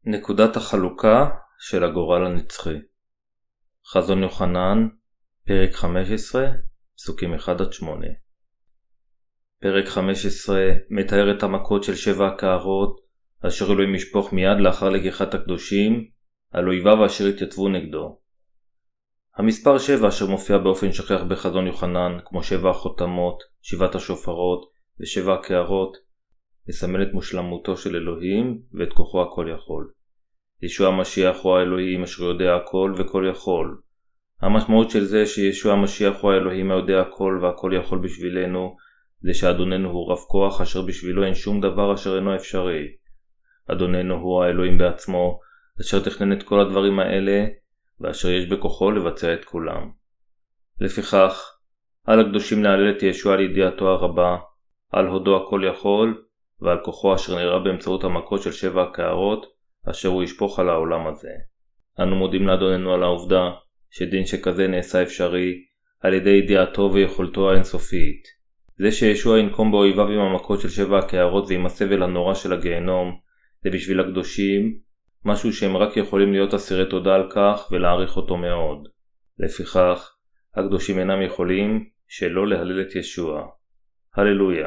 נקודת החלוקה של הגורל הנצחי. חזון יוחנן, פרק 15, פסוקים 1-8. פרק 15 מתאר את המכות של 7 הקערות אשר אלוהים ישפוך מיד לאחר לקיחת הקדושים על אויביו אשר התייצבו נגדו. המספר 7 אשר מופיע באופן שכיח בחזון יוחנן, כמו 7 החותמות, 7 השופרות ו7 הקערות, מסמל את מושלמותו של אלוהים ואת כוחו הכל יכול. ישוע המשיח הוא האלוהים אשר יודע הכל וכל יכול. המשמעות של זה שישוע המשיח הוא האלוהים היודע הכל והכל יכול בשבילנו, זה שאדוננו הוא רב כוח אשר בשבילו אין שום דבר אשר אינו אפשרי. אדוננו הוא האלוהים בעצמו אשר תכנן את כל הדברים האלה ואשר יש בכוחו לבצע את כולם. לפיכך, על הקדושים להלל את ישוע על ידיעתו הרבה, על הודו הכל יכול ועל כוחו אשר נראה באמצעות המכות של 7 הקערות אשר הוא ישפוך על העולם הזה. אנו מודים לאדוננו על העובדה שדין שכזה נעשה אפשרי על ידי ידיעתו ויכולתו האינסופית. זה שישוע ינקום באויביו עם המכות של 7 הקערות ועם הסבל הנורא של הגיהנום, זה בשביל הקדושים משהו שהם רק יכולים להיות אסירי תודה על כך ולהעריך אותו מאוד. לפיכך, הקדושים אינם יכולים שלא להלל את ישוע. הללויה.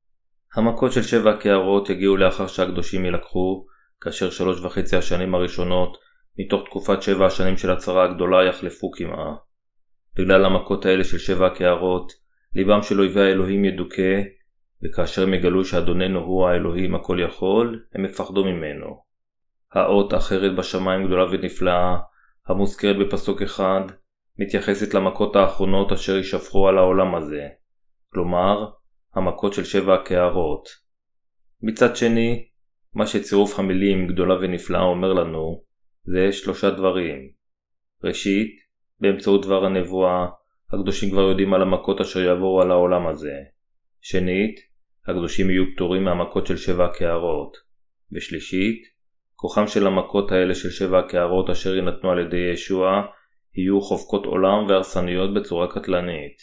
המכות של 7 הקערות יגיעו לאחר שהקדושים ילקחו, כאשר 3.5 השנים הראשונות מתוך תקופת 7 השנים של הצרה הגדולה יחלפו כמעה. בגלל המכות האלה של 7 הקערות, ליבם של אויבי האלוהים ידוכא, וכאשר הם יגלו שאדוננו הוא האלוהים הכל יכול, הם מפחדו ממנו. האות אחרת בשמיים גדולה ונפלאה, המוזכרת בפסוק 1, מתייחסת למכות האחרונות אשר יישפכו על העולם הזה, כלומר, המכות של 7 הקערות. מצד שני, מה שצירוף המילים גדולה ונפלאה אומר לנו, זה 3 דברים. ראשית, באמצעות דבר הנבואה, הקדושים כבר יודעים על המכות אשר יעברו על העולם הזה. שנית, הקדושים יהיו פטורים מהמכות של 7 הקערות. ושלישית, כוחם של המכות האלה של 7 הקערות אשר ינתנו על ידי ישוע, יהיו חובקות עולם והרסניות בצורה קטלנית.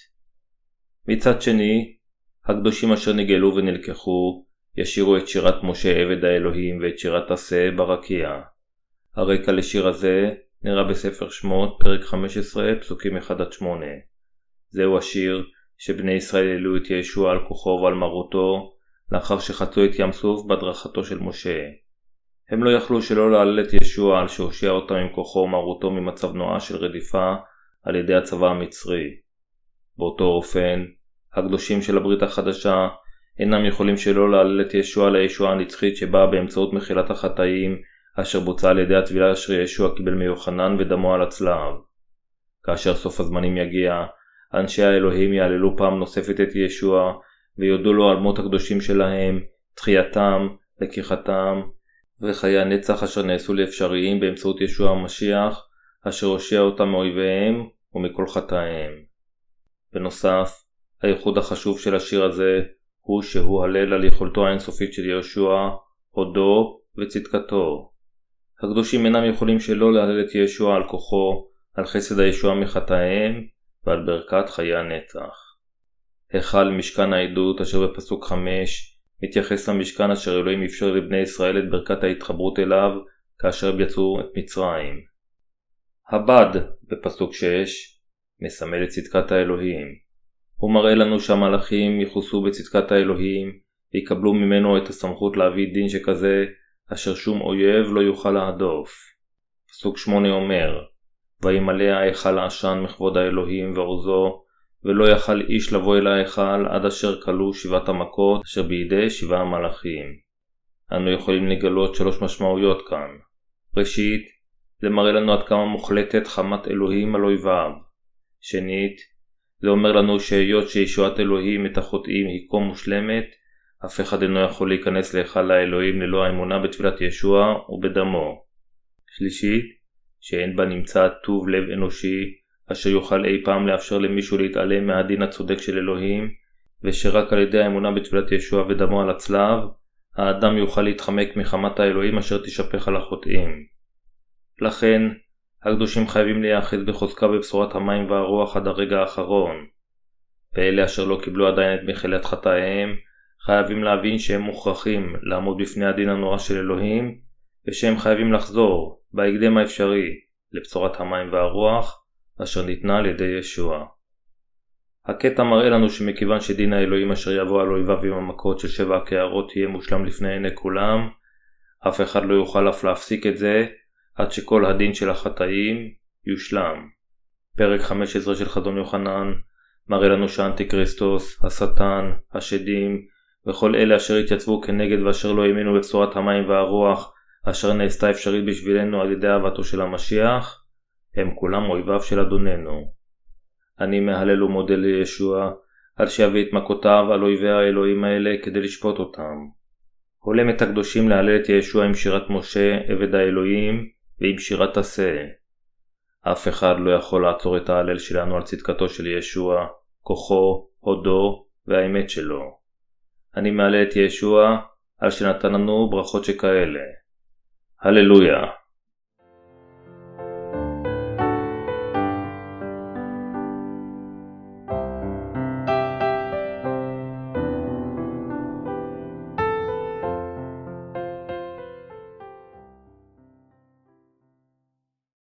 מצד שני, הקדושים אשר נגלו ונלקחו, ישירו את שירת משה עבד האלוהים ואת שירת עשה ברקיע. הרקע לשיר הזה נראה בספר שמות, פרק 15, פסוקים 1-8. זהו השיר שבני ישראל העלו את ישוע על כוחו ועל מרותו, לאחר שחצו את ים סוף בהדרכתו של משה. הם לא יכלו שלא להלל את ישוע על שהושיע אותם עם כוחו ומרותו ממצב נואש של רדיפה על ידי הצבא המצרי. באותו אופן, הקדושים של הברית החדשה אינם יכולים שלא להלל את ישוע לישועה הנצחית שבאה באמצעות מחילת החטאים אשר בוצעה על ידי הטבילה אשר ישוע קיבל מיוחנן ודמו על הצלב. כאשר סוף הזמנים יגיע, אנשי האלוהים יעללו פעם נוספת את ישוע ויודו לו על מות הקדושים שלהם, תחייתם, לקיחתם וחיי הנצח אשר נעשו לאפשריים באמצעות ישוע המשיח אשר הושיע אותם מאויביהם ומכל חטאיהם. בנוסף, הייחוד החשוב של השיר הזה הוא שהוא הלל על יכולתו האינסופית של ישוע, הודו וצדקתו. הקדושים אינם יכולים שלא להלל את ישוע על כוחו, על חסד הישוע מחטאיהם ועל ברכת חיי הנצח. החל משכן העדות אשר בפסוק 5 מתייחס למשכן אשר אלוהים אפשר לבני ישראל את ברכת ההתחברות אליו כאשר הם יצאו את מצרים. הבד בפסוק 6 מסמל את צדקת האלוהים. הוא מראה לנו שהמלאכים יחוסו בצדקת האלוהים ויקבלו ממנו את הסמכות להביא דין שכזה אשר שום אויב לא יוכל להדוף. פסוק 8 אומר, וימלא ההיכל העשן מכבוד האלוהים ועוזו, ולא יכל איש לבוא אל ההיכל עד אשר כלו 7 המכות אשר בידי 7 המלאכים. אנו יכולים לגלות 3 משמעויות כאן. ראשית, זה מראה לנו עד כמה מוחלטת חמת אלוהים על אויביו. שנית, זה אומר לנו שהיות שישועת אלוהים את החוטאים היא כה מושלמת, אף אחד אינו יכול להיכנס להיכל האלוהים ללא האמונה בתפילת ישוע ובדמו. שלישית, שאין בה נמצא טוב לב אנושי אשר יוכל אי פעם לאפשר למישהו להתעלם מהדין הצודק של אלוהים, ושרק על ידי האמונה בתפילת ישוע ודמו על הצלב, האדם יוכל להתחמק מחמת האלוהים אשר תשפך על החוטאים. לכן, הקדושים חייבים להיאחז בחוזקה בבשורת המים והרוח עד הרגע האחרון. ואלה אשר לא קיבלו עדיין את מחילת חטאיהם, חייבים להבין שהם מוכרחים לעמוד בפני הדין הנורא של אלוהים, ושהם חייבים לחזור בהקדם האפשרי לבשורת המים והרוח אשר ניתנה על ידי ישוע. הקטע מראה לנו שמכיוון שדין האלוהים אשר יבוא על אויביו עם המכות של 7 הקערות יהיה מושלם לפני עיני כולם, אף אחד לא יוכל אף להפסיק את זה עד שכל הדין של החטאים יושלם. פרק 15 של חזון יוחנן מראה לנו שהאנטיקריסטוס, השטן, השדים וכל אלה אשר התייצבו כנגד ואשר לא האמינו בבשורת המים והרוח אשר נעשתה אפשרית בשבילנו על ידי אהבתו של המשיח, הם כולם אויביו של אדוננו. אני מהלל ומודה לישוע על שיביא את מכותיו על אויבי האלוהים האלה כדי לשפוט אותם. הולם את הקדושים להלל את ישוע עם שירת משה עבד האלוהים ועם שירת עשה. אף אחד לא יכול לעצור את ההלל שלנו על צדקתו של ישוע, כוחו, הודו והאמת שלו. אני מעלה את ישוע על שנתן לנו ברכות שכאלה. הללויה.